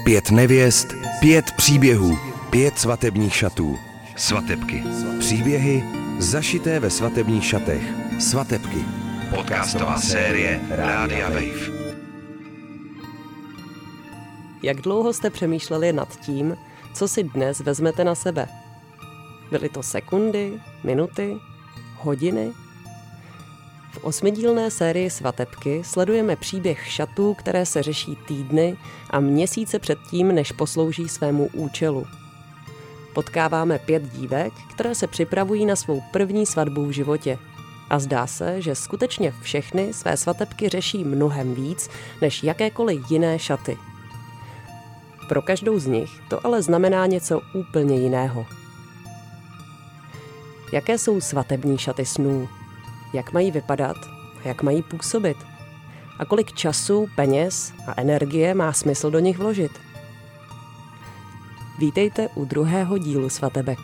5 nevěst, 5 příběhů, 5 svatebních šatů. Svatebky. Příběhy zašité ve svatebních šatech. Svatebky. Podcastová série Rádia Wave. Jak dlouho jste přemýšleli nad tím, co si dnes vezmete na sebe? Byly to sekundy, minuty, hodiny? V 8dílné sérii Svatebky sledujeme příběh šatů, které se řeší týdny a měsíce předtím, než poslouží svému účelu. Potkáváme 5 dívek, které se připravují na svou první svatbu v životě. A zdá se, že skutečně všechny své svatebky řeší mnohem víc než jakékoliv jiné šaty. Pro každou z nich to ale znamená něco úplně jiného. Jaké jsou svatební šaty snů? Jak mají vypadat a jak mají působit? A kolik času, peněz a energie má smysl do nich vložit? Vítejte u 2. dílu Svatebek.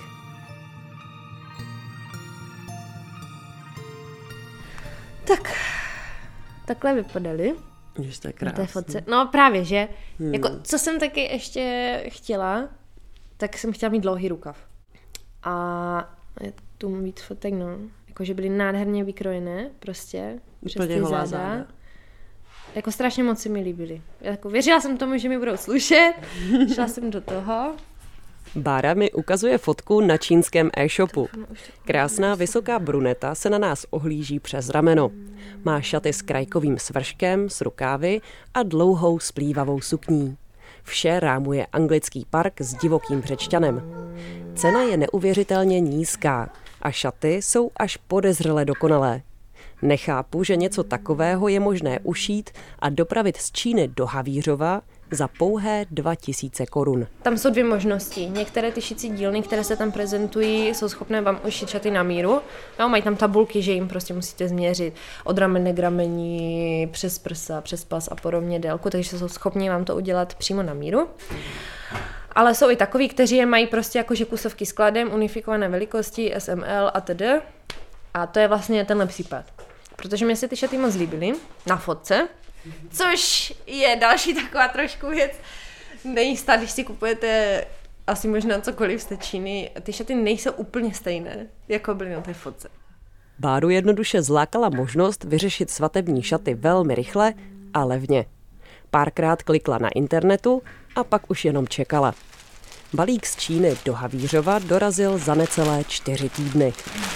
Tak, takhle vypadaly. Jež to je Na té krásný. fotce. No právě, že? Jako, co jsem taky ještě chtěla, tak jsem chtěla mít dlouhý rukav. A tu mám víc fotek, no. Jakože byly nádherně vykrojené, prostě. Přes Úplně ty holá záda. záda. Jako strašně moc si mi líbily. Jako, věřila jsem tomu, že mi budou slušet. Šla jsem do toho. Bára mi ukazuje fotku na čínském e-shopu. Krásná vysoká bruneta se na nás ohlíží přes rameno. Má šaty s krajkovým svrškem, s rukávy a dlouhou splývavou sukní. Vše rámuje anglický park s divokým břečťanem. Cena je neuvěřitelně nízká a šaty jsou až podezřele dokonalé. Nechápu, že něco takového je možné ušít a dopravit z Číny do Havířova za pouhé 2000 korun. Tam jsou 2 možnosti. Některé ty šicí dílny, které se tam prezentují, jsou schopné vám ušít šaty na míru. No, mají tam tabulky, že jim prostě musíte změřit od ramene k rameni, přes prsa, přes pas a podobně délku, takže jsou schopni vám to udělat přímo na míru. Ale jsou i takoví, kteří je mají prostě jakože kusovky skladem, unifikované velikosti, SML a td. A to je vlastně tenhle případ. Protože mě se ty šaty moc líbily na fotce, což je další taková trošku věc nejistá, když si kupujete asi možná cokoliv z té Číny. Ty šaty nejsou úplně stejné, jako byly na té fotce. Báru jednoduše zlákala možnost vyřešit svatební šaty velmi rychle a levně. Párkrát klikla na internetu a pak už jenom čekala. Balík z Číny do Havířova dorazil za necelé 4 týdny.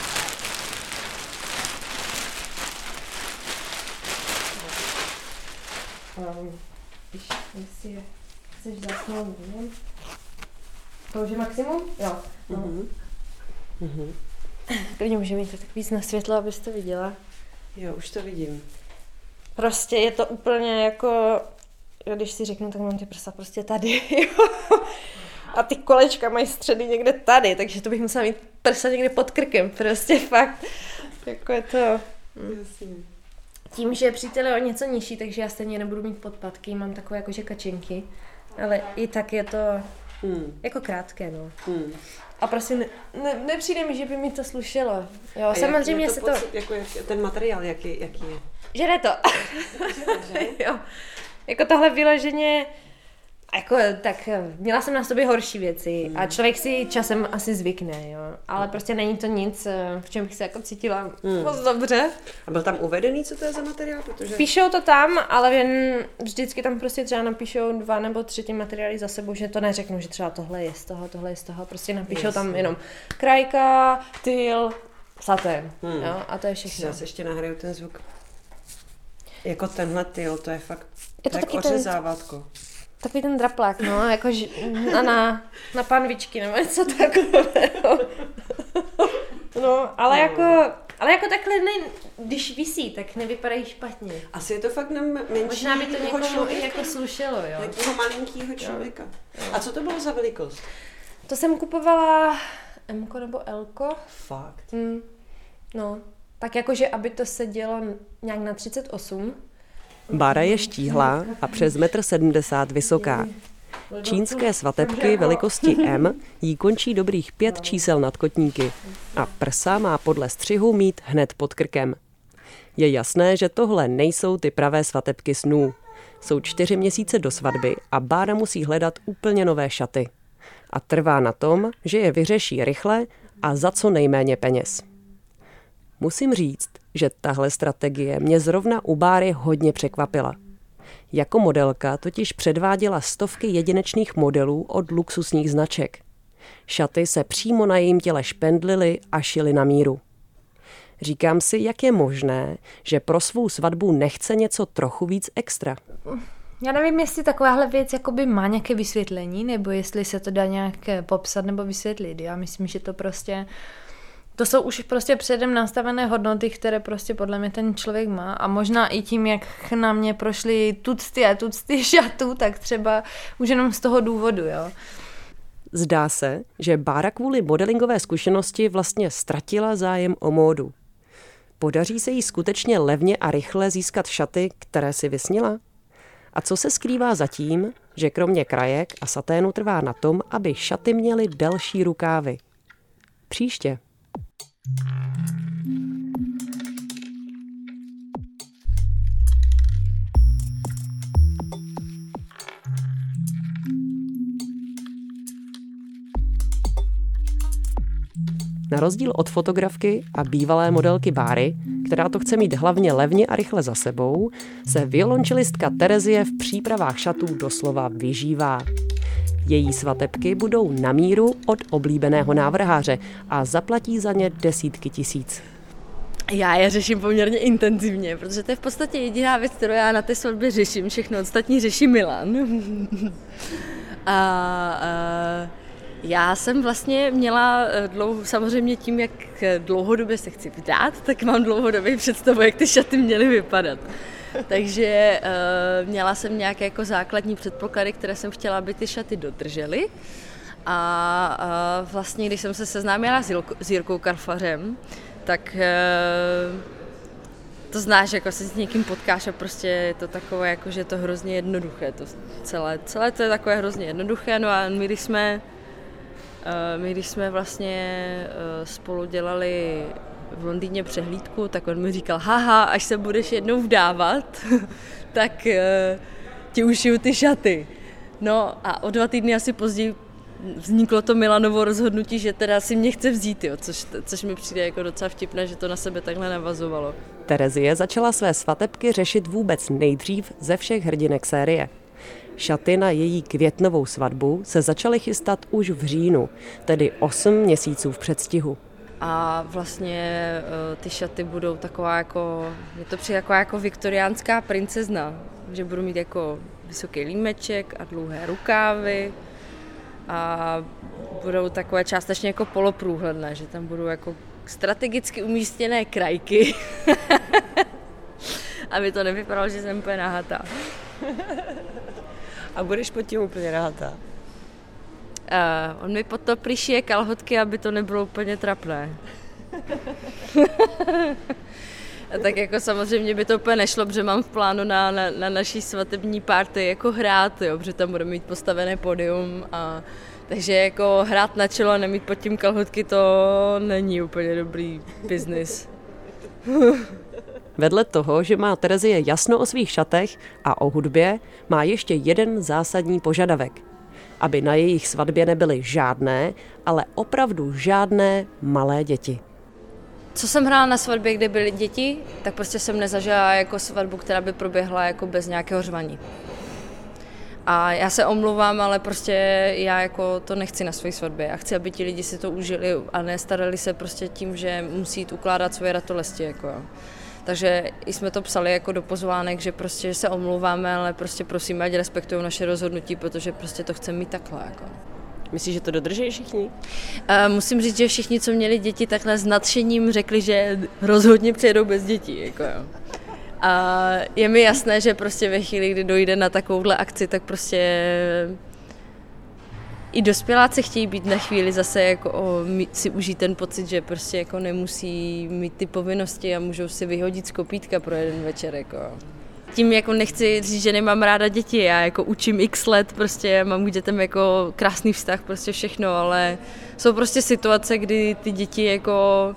Jestli je chceš zasnout, nevím. To už je maximum? Jo. Klidně můžeme jít tak víc na světlo, abyste viděla. Jo, už to vidím. Prostě je to úplně jako, když si řeknu, tak mám ty prsa prostě tady. A ty kolečka mají středy někde tady, takže to bych musela mít prsa někde pod krkem. Prostě fakt. Jako je to... Jasně. Tím, že přítel je o něco nižší, takže já stejně nebudu mít podpatky, mám takové jakože kačenky. Ale i tak je to jako krátké, no. A prostě nepřijde mi, že by mi to slušelo. Jo, samozřejmě se to... Jako ten materiál, jaký je? Že jde to. Jo. Jako tohle vyloženě... Jako, tak měla jsem na sobě horší věci a člověk si časem asi zvykne, jo. Ale prostě není to nic, v čem bych se jako cítila moc dobře. A byl tam uvedený, co to je za materiál? Protože... Píšou to tam, ale vždycky tam prostě třeba napíšou 2 nebo 3 ty materiály za sebou, že to neřeknu, že třeba tohle je z toho, tohle je z toho. Prostě napíšou tam jenom krajka, tyl, satén, jo, a to je všechno. Já se ještě nahraju ten zvuk. Jako tenhle tyl, to je fakt je to tak taky ořezávátko. Takový ten draplák, no, jako na panvičky nebo něco takového. No, ale jako takhle, když visí, tak nevypadají špatně. Asi je to fakt na menšího Možná by to někomu člověka. i jako slušelo, jo. Takového malinkýho člověka. Jo. A co to bylo za velikost? To jsem kupovala M-ko nebo L-ko. Fakt? No, tak jakože, aby to sedělo nějak na 38. Bára je štíhlá a přes 1,70 m vysoká. Čínské svatebky velikosti M jí končí dobrých 5 čísel nad kotníky a prsa má podle střihu mít hned pod krkem. Je jasné, že tohle nejsou ty pravé svatebky snů. Jsou 4 měsíce do svatby a Bára musí hledat úplně nové šaty. A trvá na tom, že je vyřeší rychle a za co nejméně peněz. Musím říct, že tahle strategie mě zrovna u Báry hodně překvapila. Jako modelka totiž předváděla stovky jedinečných modelů od luxusních značek. Šaty se přímo na jejím těle špendlily a šily na míru. Říkám si, jak je možné, že pro svou svatbu nechce něco trochu víc extra. Já nevím, jestli takováhle věc jakoby má nějaké vysvětlení, nebo jestli se to dá nějak popsat nebo vysvětlit. Já myslím, že to jsou už prostě předem nastavené hodnoty, které prostě podle mě ten člověk má. A možná i tím, jak na mě prošly tucty šatů, tak třeba už jenom z toho důvodu, jo. Zdá se, že Bára kvůli modelingové zkušenosti vlastně ztratila zájem o módu. Podaří se jí skutečně levně a rychle získat šaty, které si vysnila? A co se skrývá za tím, že kromě krajek a saténu trvá na tom, aby šaty měly delší rukávy? Příště. Na rozdíl od fotografky a bývalé modelky Báry, která to chce mít hlavně levně a rychle za sebou, se violončelistka Terezie v přípravách šatů doslova vyžívá. Její svatebky budou na míru od oblíbeného návrháře a zaplatí za ně desítky tisíc. Já je řeším poměrně intenzivně, protože to je v podstatě jediná věc, kterou já na té svatbě řeším. Všechno ostatní řeší Milan. Já jsem vlastně měla samozřejmě tím, jak dlouhodobě se chci vdát, tak mám dlouhodobě představu, jak ty šaty měly vypadat. Takže měla jsem nějaké jako základní předpoklady, které jsem chtěla, aby ty šaty dodržely. A vlastně, když jsem se seznámila s Jirkou Karfařem, tak to znáš, jako se s někým potkáš a prostě je to takové, jako, že je to hrozně jednoduché. To celé to je takové hrozně jednoduché. No a my, když jsme vlastně spolu dělali v Londýně přehlídku, tak on mi říkal, haha, až se budeš jednou vdávat, tak ti ušiju ty šaty. No a o 2 týdny asi později vzniklo to Milanovo rozhodnutí, že teda si mě chce vzít, jo, což mi přijde jako docela vtipné, že to na sebe takhle navazovalo. Terezie začala své svatebky řešit vůbec nejdřív ze všech hrdinek série. Šaty na její květnovou svatbu se začaly chystat už v říjnu, tedy 8 měsíců v předstihu. A vlastně ty šaty budou taková jako, mě to přijde jako viktoriánská princezna, že budu mít jako vysoký límeček a dlouhé rukávy a budou takové částečně jako poloprůhledné, že tam budou jako strategicky umístěné krajky, aby to nevypadalo, že jsem úplně nahatá. A budeš pod tím úplně nahatá? On mi pod to přišije kalhotky, aby to nebylo úplně trapné. A tak jako samozřejmě by to úplně nešlo, protože mám v plánu na naší svatební party jako hrát, jo, protože tam budeme mít postavené pódium a takže jako hrát na čelo a nemít pod tím kalhotky, to není úplně dobrý biznis. Vedle toho, že má Terezie jasno o svých šatech a o hudbě, má ještě jeden zásadní požadavek. Aby na jejich svatbě nebyly žádné, ale opravdu žádné malé děti. Co jsem hrála na svatbě, kde byly děti, tak prostě jsem nezažila jako svatbu, která by proběhla jako bez nějakého řvaní. A já se omlouvám, ale prostě já jako to nechci na své svatbě. Já chci, aby ti lidi si to užili a nestarali se prostě tím, že musí jít ukládat svoje ratolesti. Jako. Takže jsme to psali jako do pozvánek, že prostě se omlouváme, ale prostě prosím, ať respektují naše rozhodnutí, protože prostě to chceme mít takhle. Jako. Myslíš, že to dodrží všichni? Musím říct, že všichni, co měli děti, takhle s nadšením řekli, že rozhodně přijedou bez dětí. Jako jo. A je mi jasné, že prostě ve chvíli, kdy dojde na takovouhle akci, tak prostě i dospěláci chtějí být na chvíli zase jako si užít ten pocit, že prostě jako nemusí mít ty povinnosti a můžou si vyhodit z kopítka pro jeden večer. Jako. Tím jako nechci říct, že nemám ráda děti, já jako učím x let, prostě mám k dětem jako krásný vztah, prostě všechno, ale jsou prostě situace, kdy ty děti jako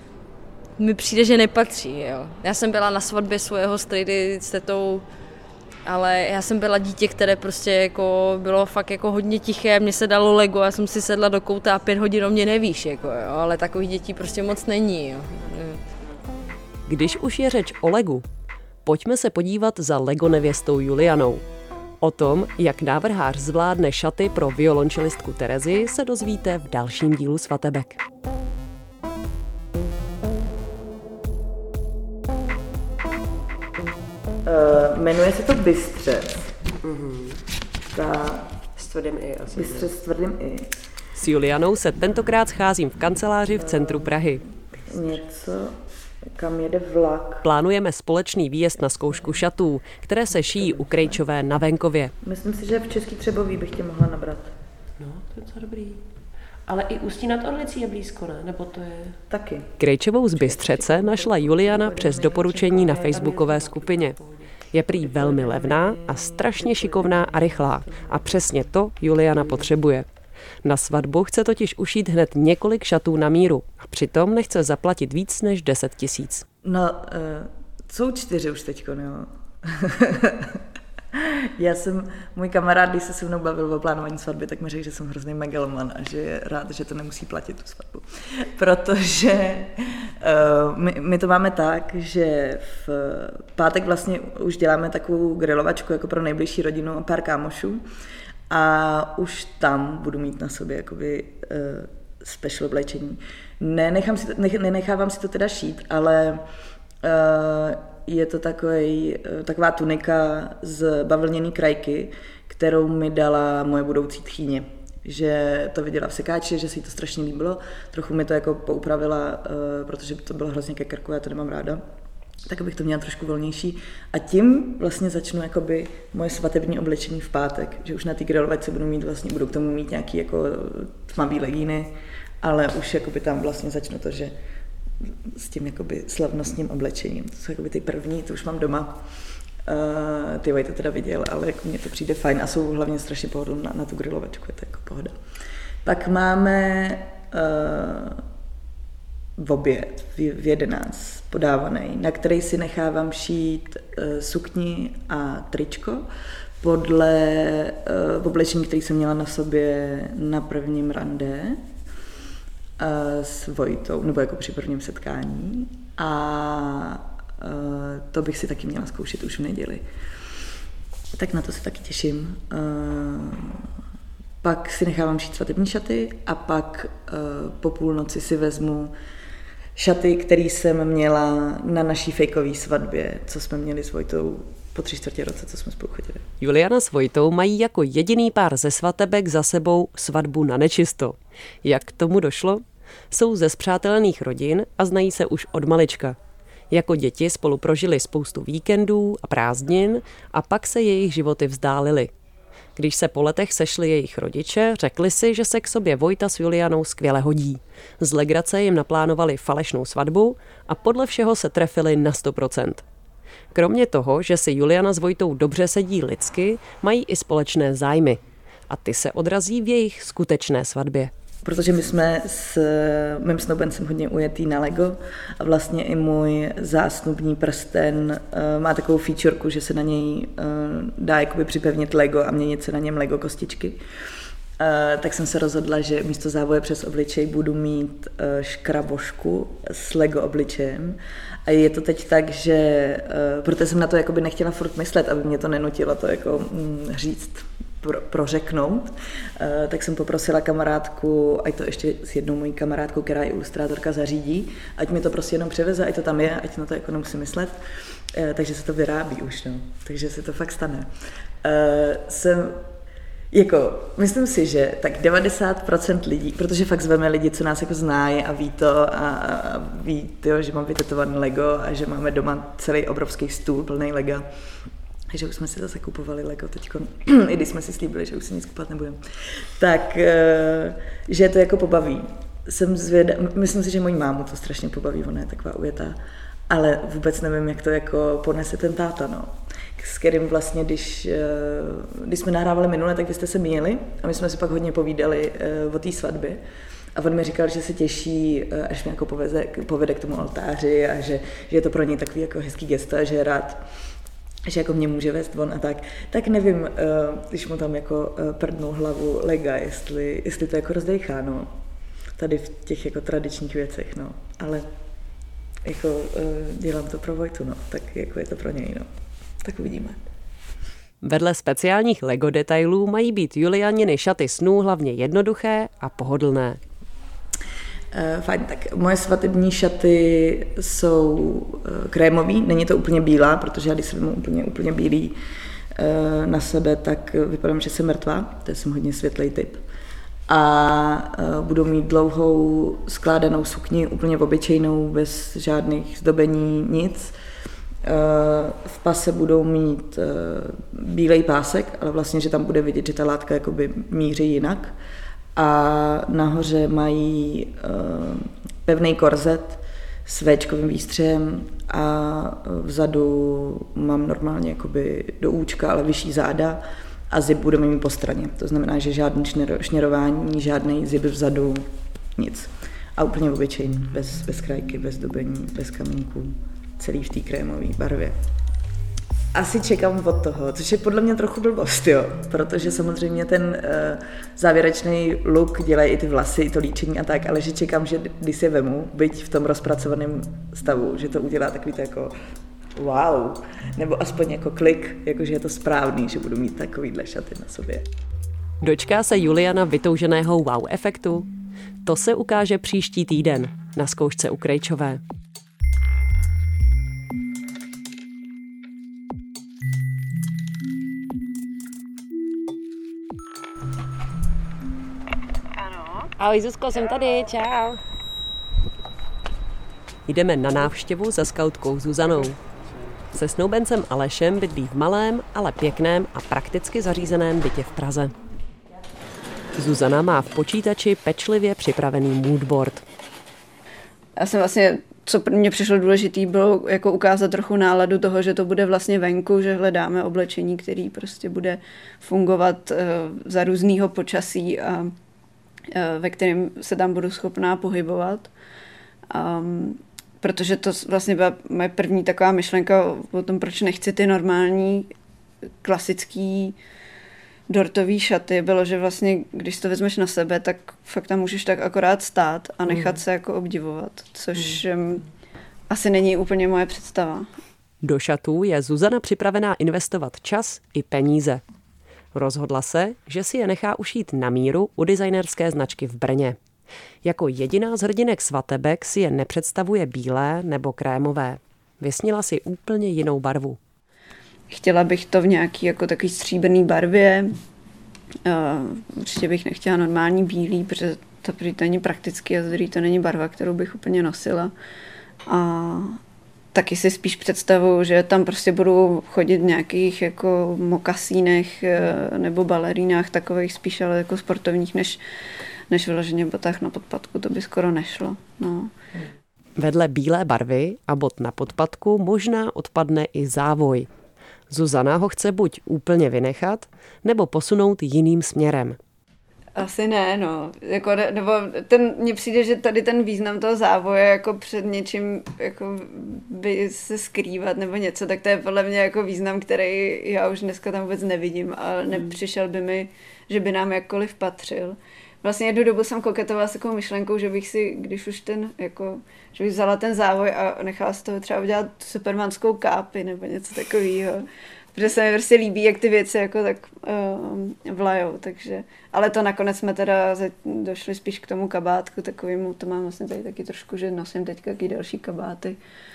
mi přijde, že nepatří. Jo. Já jsem byla na svatbě svého strejdy s tetou Ale já jsem byla dítě, které prostě jako bylo fakt jako hodně tiché, mně se dalo Lego, já jsem si sedla do kouta a 5 hodin o mě nevíš, jako, jo, ale takových dětí prostě moc není. Jo. Když už je řeč o Legu, pojďme se podívat za Lego nevěstou Julianou. O tom, jak návrhář zvládne šaty pro violončelistku Terezi, se dozvíte v dalším dílu Svatebek. Jmenuje se to Bystřec. S tvrdým i asi. Bystřec s tvrdým i. S Julianou se tentokrát scházím v kanceláři v centru Prahy. Něco, kam jede vlak. Plánujeme společný výjezd na zkoušku šatů, které se šijí u Krejčové na venkově. Myslím si, že v Český Třebový bych tě mohla nabrat. No, to je docela dobrý. Ale i Ústí nad Orlicí je blízko, ne? Nebo to je... Taky. Krejčovou z Bystřece našla Juliana přes doporučení na facebookové skupině. Je prý velmi levná a strašně šikovná a rychlá. A přesně to Juliana potřebuje. Na svatbu chce totiž ušít hned několik šatů na míru a přitom nechce zaplatit víc než 10 000. No, jsou 4 už teďko, jo. Můj kamarád, když se se mnou bavil o plánování svatby, tak mi řekl, že jsem hrozný megaloman a že je rád, že to nemusí platit tu svatbu. Protože my to máme tak, že v pátek vlastně už děláme takovou grilovačku jako pro nejbližší rodinu a pár kámošů a už tam budu mít na sobě jakoby special oblečení. Nenechávám si to teda šít, ale je to taková tunika z bavlněné krajky, kterou mi dala moje budoucí tchýně. Že to viděla v sekáči, že se jí to strašně líbilo. Trochu mi to jako poupravila, protože to bylo hrozně ke krku, já to nemám ráda. Tak abych to měla trošku volnější. A tím vlastně začnu jakoby moje svatební oblečení v pátek. Že už na té grilovačce budou k tomu mít nějaký jako tmavý legíny, ale už jakoby tam vlastně začnu to, že s tím jakoby slavnostním oblečením. To jsou jakoby ty první, to už mám doma. Ty Vojta teda viděl, ale jako mně to přijde fajn a jsou hlavně strašně pohodlné na tu grilovačku, je to jako pohoda. Pak máme v oběd v 11 podávaný, na který si nechávám šít sukni a tričko podle oblečení, který jsem měla na sobě na prvním rande s Vojtou, nebo jako při prvním setkání. A to bych si taky měla zkoušet už v neděli. Tak na to se taky těším. Pak si nechávám šít svatební šaty a pak po půlnoci si vezmu šaty, které jsem měla na naší fejkové svatbě, co jsme měli s Vojtou po 3/4 roce, co jsme spolu chodili. Juliana s Vojtou mají jako jediný pár ze svatebek za sebou svatbu na nečisto. Jak k tomu došlo? Jsou ze spřátelených rodin a znají se už od malička. Jako děti spolu prožili spoustu víkendů a prázdnin a pak se jejich životy vzdálily. Když se po letech sešli jejich rodiče, řekli si, že se k sobě Vojta s Julianou skvěle hodí. Z legrace jim naplánovali falešnou svatbu a podle všeho se trefili na 100%. Kromě toho, že si Juliana s Vojtou dobře sedí lidsky, mají i společné zájmy. A ty se odrazí v jejich skutečné svatbě. Protože my jsme s mým snoubencem hodně ujetý na Lego a vlastně i můj zásnubní prsten má takovou featureku, že se na něj dá jakoby připevnit Lego a měnit se na něm Lego kostičky. Tak jsem se rozhodla, že místo závoje přes obličej budu mít škrabošku s Lego obličejem. A je to teď tak, že protože jsem na to jakoby nechtěla furt myslet, aby mě to nenutilo to jako říct, prořeknout, tak jsem poprosila kamarádku, ať to ještě s jednou mojí kamarádkou, která je ilustrátorka, zařídí, ať mi to prostě jenom převeze, ať to tam je, ať na to jako nemusím myslet. Takže se to vyrábí už, no. Takže se to fakt stane. Myslím si, že tak 90% lidí, protože fakt zveme lidi, co nás jako znají a ví to a ví, že mám vytetovaný Lego a že máme doma celý obrovský stůl plný Lega. Takže už jsme si zase kupovali Lego teďko, i když jsme si slíbili, že už si nic kupovat nebudeme. Tak, že to jako pobaví. Myslím si, že moji mámu to strašně pobaví, ona je taková ujetá, ale vůbec nevím, jak to jako ponese ten táta, no. S kterým vlastně, když jsme nahrávali minule, tak vy jste se měli a my jsme si pak hodně povídali o té svatbě. A on mi říkal, že se těší, až mě jako povede k tomu oltáři a že je to pro něj takový jako hezký gesto a že je rád, že jako mě může vést von a tak nevím, když mu tam jako prdnou hlavu lega, jestli to jako rozdejchá, no. Tady v těch jako tradičních věcech, no. Ale jako dělám to pro Vojtu, no. Tak jako je to pro něj, no. Tak uvidíme. Vedle speciálních Lego detailů mají být Julianiny šaty snů hlavně jednoduché a pohodlné. Fajn, tak moje svatební šaty jsou krémový, není to úplně bílá, protože já když se vezmu úplně bílý na sebe, tak vypadám, že jsem mrtvá, to jsem hodně světlej typ. A budou mít dlouhou skládanou sukni, úplně obyčejnou, bez žádných zdobení, nic. V pase budou mít bílej pásek, ale vlastně, že tam bude vidět, že ta látka jakoby míří jinak. A nahoře mají pevný korzet s véčkovým výstřihem a vzadu mám normálně jakoby do účka, ale vyšší záda a zip budeme mít po straně. To znamená, že žádný šněrování, žádný zip vzadu, nic. A úplně obyčejný, bez krajky, bez dobení, bez kamínků, celý v té krémové barvě. Asi čekám od toho, což je podle mě trochu blbost, jo, protože samozřejmě ten závěrečný look dělají i ty vlasy, i to líčení a tak, ale že čekám, že když si je vemu, byť v tom rozpracovaném stavu, že to udělá takový to jako wow, nebo aspoň jako klik, jakože je to správný, že budu mít takovýhle šaty na sobě. Dočká se Juliana vytouženého wow efektu? To se ukáže příští týden na zkoušce u Krejčové. Ahoj Zuzko, jsem tady, čau. Jdeme na návštěvu za skautkou Zuzanou. Se snoubencem Alešem bydlí v malém, ale pěkném a prakticky zařízeném bytě v Praze. Zuzana má v počítači pečlivě připravený moodboard. Já jsem vlastně, co mně přišlo důležitý, bylo jako ukázat trochu náladu toho, že to bude vlastně venku, že hledáme oblečení, který prostě bude fungovat za různýho počasí a ve kterém se tam budu schopná pohybovat. Protože to vlastně byla moje první taková myšlenka o tom, proč nechci ty normální klasický dortový šaty. Bylo, že vlastně, když to vezmeš na sebe, tak fakt tam můžeš tak akorát stát a nechat se jako obdivovat, což asi není úplně moje představa. Do šatů je Zuzana připravená investovat čas i peníze. Rozhodla se, že si je nechá ušít na míru u designerské značky v Brně. Jako jediná z hrdinek svatebek si je nepředstavuje bílé nebo krémové. Vysnila si úplně jinou barvu. Chtěla bych to v nějaký jako takový stříbrný barvě. Určitě bych nechtěla normální bílý, protože to není praktický a to není barva, kterou bych úplně nosila. A taky si spíš představuju, že tam prostě budu chodit v nějakých jako mokasínech nebo balerínách, takových spíš ale jako sportovních, než vyloženě botách na podpatku, to by skoro nešlo. No. Vedle bílé barvy a bot na podpatku možná odpadne i závoj. Zuzana ho chce buď úplně vynechat, nebo posunout jiným směrem. Asi ne, no. Jako, nebo mně přijde, že tady ten význam toho závoje jako před něčím jako by se skrývat nebo něco, tak to je podle mě jako význam, který já už dneska tam vůbec nevidím a nepřišel by mi, že by nám jakkoliv patřil. Vlastně jednu dobu jsem koketovala s takovou myšlenkou, že bych si, když už že bych vzala ten závoj a nechala z toho třeba udělat supermanskou kápi nebo něco takového. Protože se mi prostě líbí, jak ty věci jako tak vlajou, takže. Ale to nakonec jsme teda došli spíš k tomu kabátku takovému, to mám vlastně tady taky trošku, že nosím teďka taky další kabáty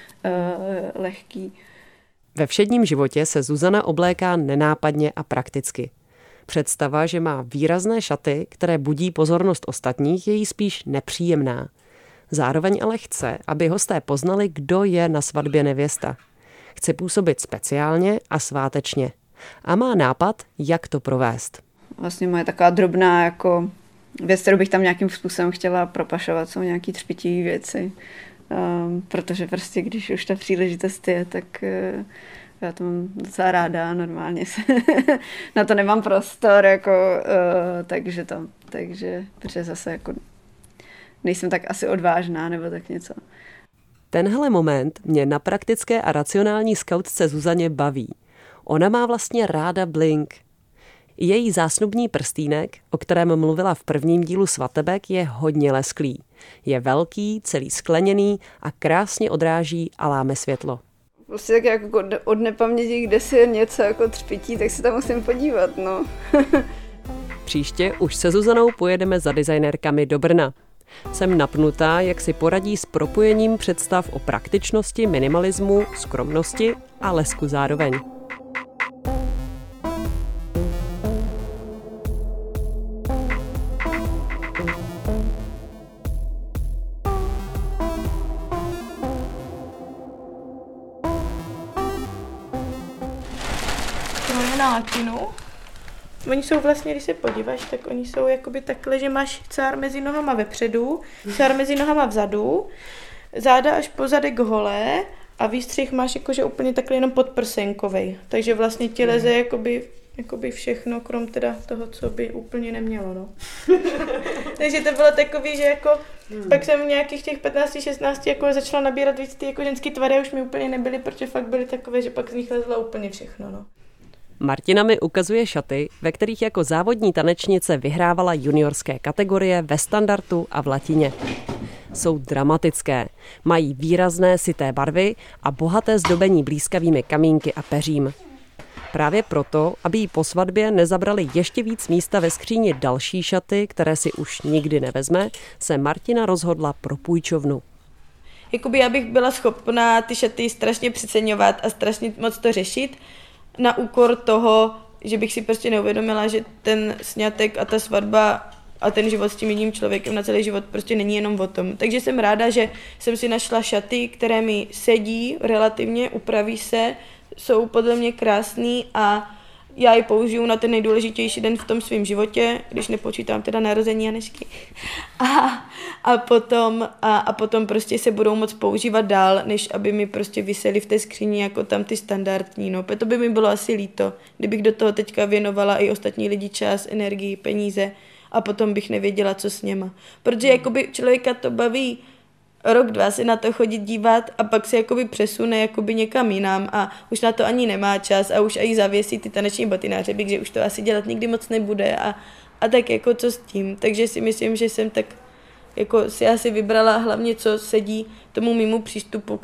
lehký. Ve všedním životě se Zuzana obléká nenápadně a prakticky. Představa, že má výrazné šaty, které budí pozornost ostatních, je jí spíš nepříjemná. Zároveň ale chce, aby hosté poznali, kdo je na svatbě nevěsta. Chce působit speciálně a svátečně. A má nápad, jak to provést. Vlastně moje taková drobná jako věc, kterou bych tam nějakým způsobem chtěla propašovat, jsou nějaký třpitivé věci. Protože prostě, když už ta příležitost je, tak já to mám docela ráda, normálně na to nemám prostor, jako, takže protože zase jako nejsem tak asi odvážná, nebo tak něco. Tenhle moment mě na praktické a racionální skautce Zuzaně baví. Ona má vlastně ráda bling. I její zásnubní prstýnek, o kterém mluvila v prvním dílu Svatebek, je hodně lesklý. Je velký, celý skleněný a krásně odráží a láme světlo. Prostě tak jako od nepaměti, kde si něco jako třpití, tak se tam musím podívat, no. Příště už se Zuzanou pojedeme za designérkami do Brna. Jsem napnutá, jak si poradí s propojením představ o praktičnosti, minimalismu, skromnosti a lesku zároveň. Na latinu. Oni jsou vlastně, když se podíváš, tak oni jsou jakoby takhle, že máš cár mezi nohama vepředu, cár mezi nohama vzadu, záda až po zadek holé a výstřih máš jakože úplně takhle jenom podprsenkovej. Takže vlastně ti leze jakoby všechno, krom teda toho, co by úplně nemělo, no. Takže to bylo takový, že jako pak jsem v nějakých těch 15-16 jako začala nabírat víc ty jako ženský tvary, už mi úplně nebyly, protože fakt byly takové, že pak z nich lezlo úplně všechno, no. Martina mi ukazuje šaty, ve kterých jako závodní tanečnice vyhrávala juniorské kategorie ve standardu a v latině. Jsou dramatické, mají výrazné syté barvy a bohaté zdobení blýskavými kamínky a peřím. Právě proto, aby jí po svatbě nezabrali ještě víc místa ve skříni další šaty, které si už nikdy nevezme, se Martina rozhodla pro půjčovnu. Jakoby já bych byla schopná ty šaty strašně přeceňovat a strašně moc to řešit, na úkor toho, že bych si prostě neuvědomila, že ten sňatek a ta svatba a ten život s tím jedním člověkem na celý život prostě není jenom o tom. Takže jsem ráda, že jsem si našla šaty, které mi sedí relativně, upraví se, jsou podle mě krásný a já ji použiju na ten nejdůležitější den v tom svém životě, když nepočítám teda narození Janešky. A potom prostě se budou moc používat dál, než aby mi prostě visely v té skříni jako tam ty standardní. No. To by mi bylo asi líto, kdybych do toho teďka věnovala i ostatní lidi čas, energii, peníze a potom bych nevěděla, co s něma. Protože jakoby člověka to baví rok, dva se na to chodit dívat a pak se jakoby přesune jakoby někam jinam a už na to ani nemá čas a už i zavěsí ty taneční boty na hřebík, že už to asi dělat nikdy moc nebude a tak jako co s tím. Takže si myslím, že jsem tak jako si asi vybrala hlavně, co sedí tomu mému přístupu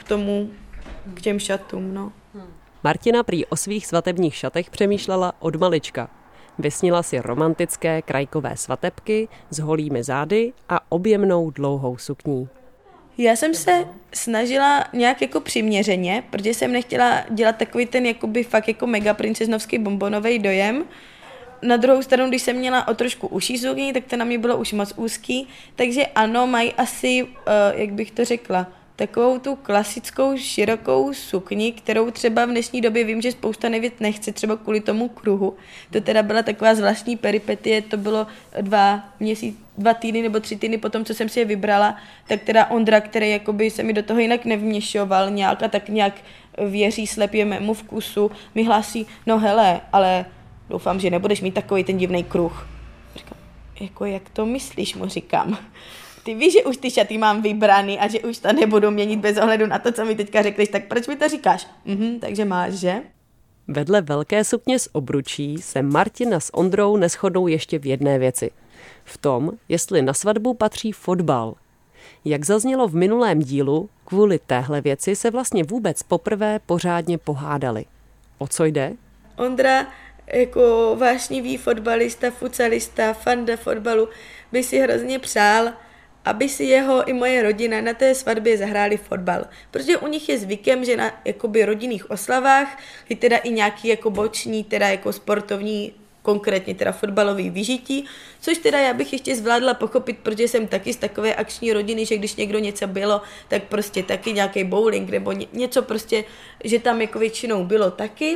k těm šatům, no. Martina prý o svých svatebních šatech přemýšlela od malička. Vysnila si romantické krajkové svatebky s holými zády a objemnou dlouhou sukní. Já jsem se snažila nějak jako přiměřeně, protože jsem nechtěla dělat takový ten jakoby fakt jako mega princeznovský bonbonový dojem. Na druhou stranu, když jsem měla o trošku uší sukni, tak to na mě bylo už moc úzký, takže ano, mají asi, jak bych to řekla, takovou tu klasickou širokou sukni, kterou třeba v dnešní době vím, že spousta nevět nechce, třeba kvůli tomu kruhu. To teda byla taková zvláštní peripetie, to bylo 2 týdny nebo 3 týdny potom, co jsem si je vybrala, tak teda Ondra, který jakoby se mi do toho jinak nevměšoval nějak a tak nějak věří slepě mému vkusu, mi hlásí, no hele, ale doufám, že nebudeš mít takový ten divný kruh. Říkám, jako jak to myslíš, mu říkám. Ty víš, že už ty šaty mám vybraný a že už to nebudu měnit bez ohledu na to, co mi teďka řekneš, tak proč mi to říkáš? Takže máš, že? Vedle velké sukně z obručí se Martina s Ondrou neshodnou ještě v jedné věci. V tom, jestli na svatbu patří fotbal. Jak zaznělo v minulém dílu, kvůli téhle věci se vlastně vůbec poprvé pořádně pohádali. O co jde? Ondra jako vášnivý fotbalista, futsalista, fanda fotbalu by si hrozně přál, aby si jeho i moje rodina na té svatbě zahráli fotbal. Protože u nich je zvykem, že na jakoby rodinných oslavách je teda i nějaký jako boční, teda jako sportovní, konkrétně teda fotbalový vyžití, což teda já bych ještě zvládla pochopit, protože jsem taky z takové akční rodiny, že když někdo něco bylo, tak prostě taky nějaký bowling nebo něco prostě, že tam jako většinou bylo taky.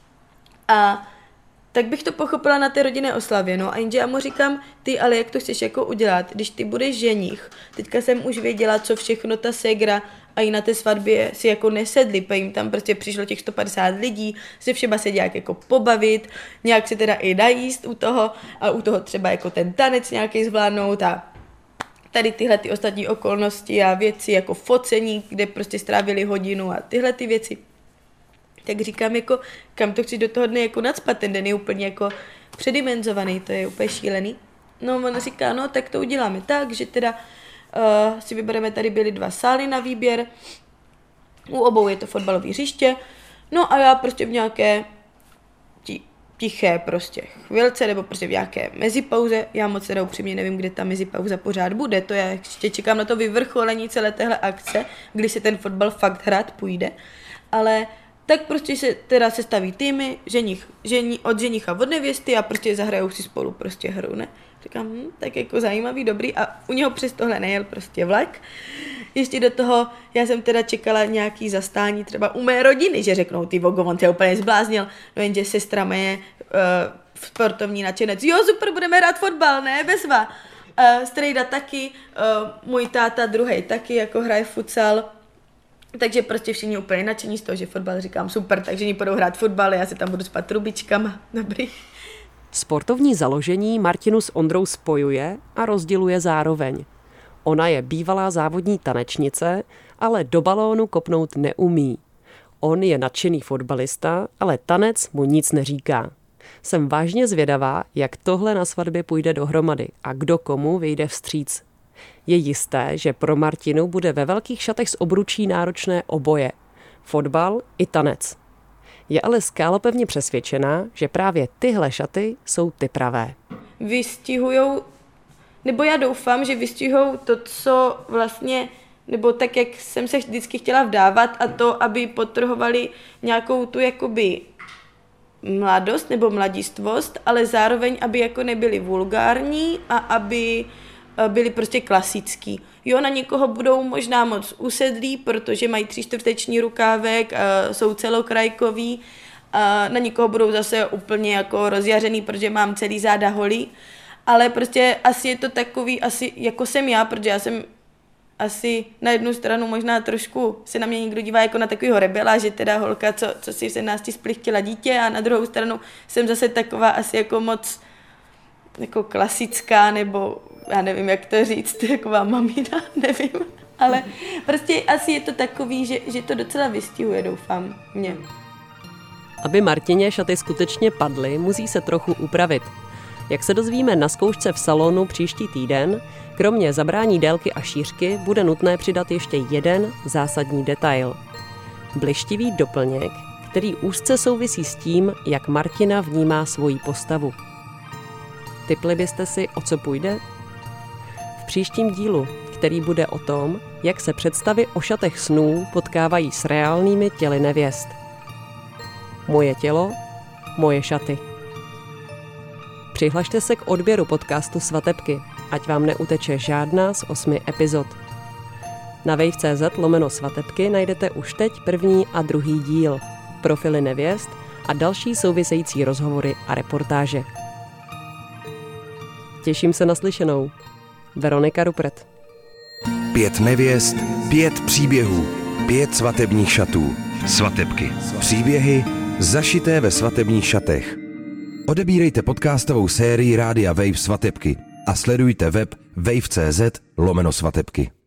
A tak bych to pochopila na té rodinné oslavě, no a jenže já mu říkám, ty, ale jak to chceš jako udělat, když ty budeš ženich, teďka jsem už věděla, co všechno ta ségra a i na té svatbě si jako nesedli, pa jim tam prostě přišlo těch 150 lidí, se všema se nějak jako pobavit, nějak se teda i najíst u toho a u toho třeba jako ten tanec nějaký zvládnout a tady tyhle ty ostatní okolnosti a věci jako focení, kde prostě strávili hodinu a tyhle ty věci. Tak říkám, jako, kam to chci do toho dne jako nacpat, ten den je úplně jako předimenzovaný, to je úplně šílený. No on říká, no tak to uděláme tak, že teda si vybereme, tady byly 2 sály na výběr, u obou je to fotbalové hřiště, no a já prostě v nějaké tiché prostě chvilce, nebo prostě v nějaké mezipauze, já moc teda upřímně nevím, kde ta mezipauza pořád bude, to já ještě čekám na to vyvrcholení celé téhle akce, kdy se ten fotbal fakt hrát půjde, ale tak prostě se teda sestaví týmy, od ženicha od nevěsty a prostě zahrajou si spolu prostě hru, ne? Říkám, tak jako zajímavý, dobrý a u něho přes tohle nejel prostě vlak. Ještě do toho, já jsem teda čekala nějaký zastání třeba u mé rodiny, že řeknou, ty vogo, on se úplně zbláznil, no jenže sestra moje sportovní nadšenec, jo super, budeme hrát fotbal, ne, bezva. Strejda taky, můj táta druhej taky, jako hraje futsal. Takže prostě všichni úplně nadšení z toho, že fotbal, říkám super, takže oni budou hrát fotbal, já se tam budu spát trubičkama, dobrý. Sportovní založení Martinu s Ondrou spojuje a rozděluje zároveň. Ona je bývalá závodní tanečnice, ale do balónu kopnout neumí. On je nadšený fotbalista, ale tanec mu nic neříká. Jsem vážně zvědavá, jak tohle na svatbě půjde dohromady a kdo komu vyjde vstříc. Je jisté, že pro Martinu bude ve velkých šatech z obručí náročné oboje. Fotbal i tanec. Je ale skálopevně přesvědčená, že právě tyhle šaty jsou ty pravé. Vystihujou, nebo já doufám, že vystihujou to, co vlastně, nebo tak, jak jsem se vždycky chtěla vdávat a to, aby podtrhovali nějakou tu jakoby mladost nebo mladistvost, ale zároveň, aby jako nebyli vulgární a aby byli prostě klasický. Jo, na někoho budou možná moc usedlí, protože mají 3/4 rukávek, jsou celokrajkový, na někoho budou zase úplně jako rozjařený, protože mám celý záda holí, ale prostě asi je to takový, asi jako jsem já, protože já jsem asi na jednu stranu možná trošku se na mě někdo dívá jako na takovýho rebela, že teda holka, co si v 17 splichtila dítě, a na druhou stranu jsem zase taková asi jako moc jako klasická, nebo já nevím, jak to říct, taková mamina, nevím, ale prostě asi je to takový, že to docela vystihuje, doufám, mě. Aby Martině šaty skutečně padly, musí se trochu upravit. Jak se dozvíme na zkoušce v salonu příští týden, kromě zabrání délky a šířky bude nutné přidat ještě jeden zásadní detail. Blištivý doplněk, který úzce souvisí s tím, jak Martina vnímá svoji postavu. Tipli byste si, o co půjde? V příštím dílu, který bude o tom, jak se představy o šatech snů potkávají s reálnými těly nevěst. Moje tělo, moje šaty. Přihlašte se k odběru podcastu Svatebky, ať vám neuteče žádná z 8 epizod. Na wave.cz/svatebky najdete už teď první a druhý díl, profily nevěst a další související rozhovory a reportáže. Těším se na slyšenou. Veronika Rupert. 5 nevěst, 5 příběhů, 5 svatebních šatů. Svatebky. Příběhy zašité ve svatebních šatech. Odebírejte podcastovou sérii Rádia Wave Svatebky a sledujte web wave.cz/svatebky.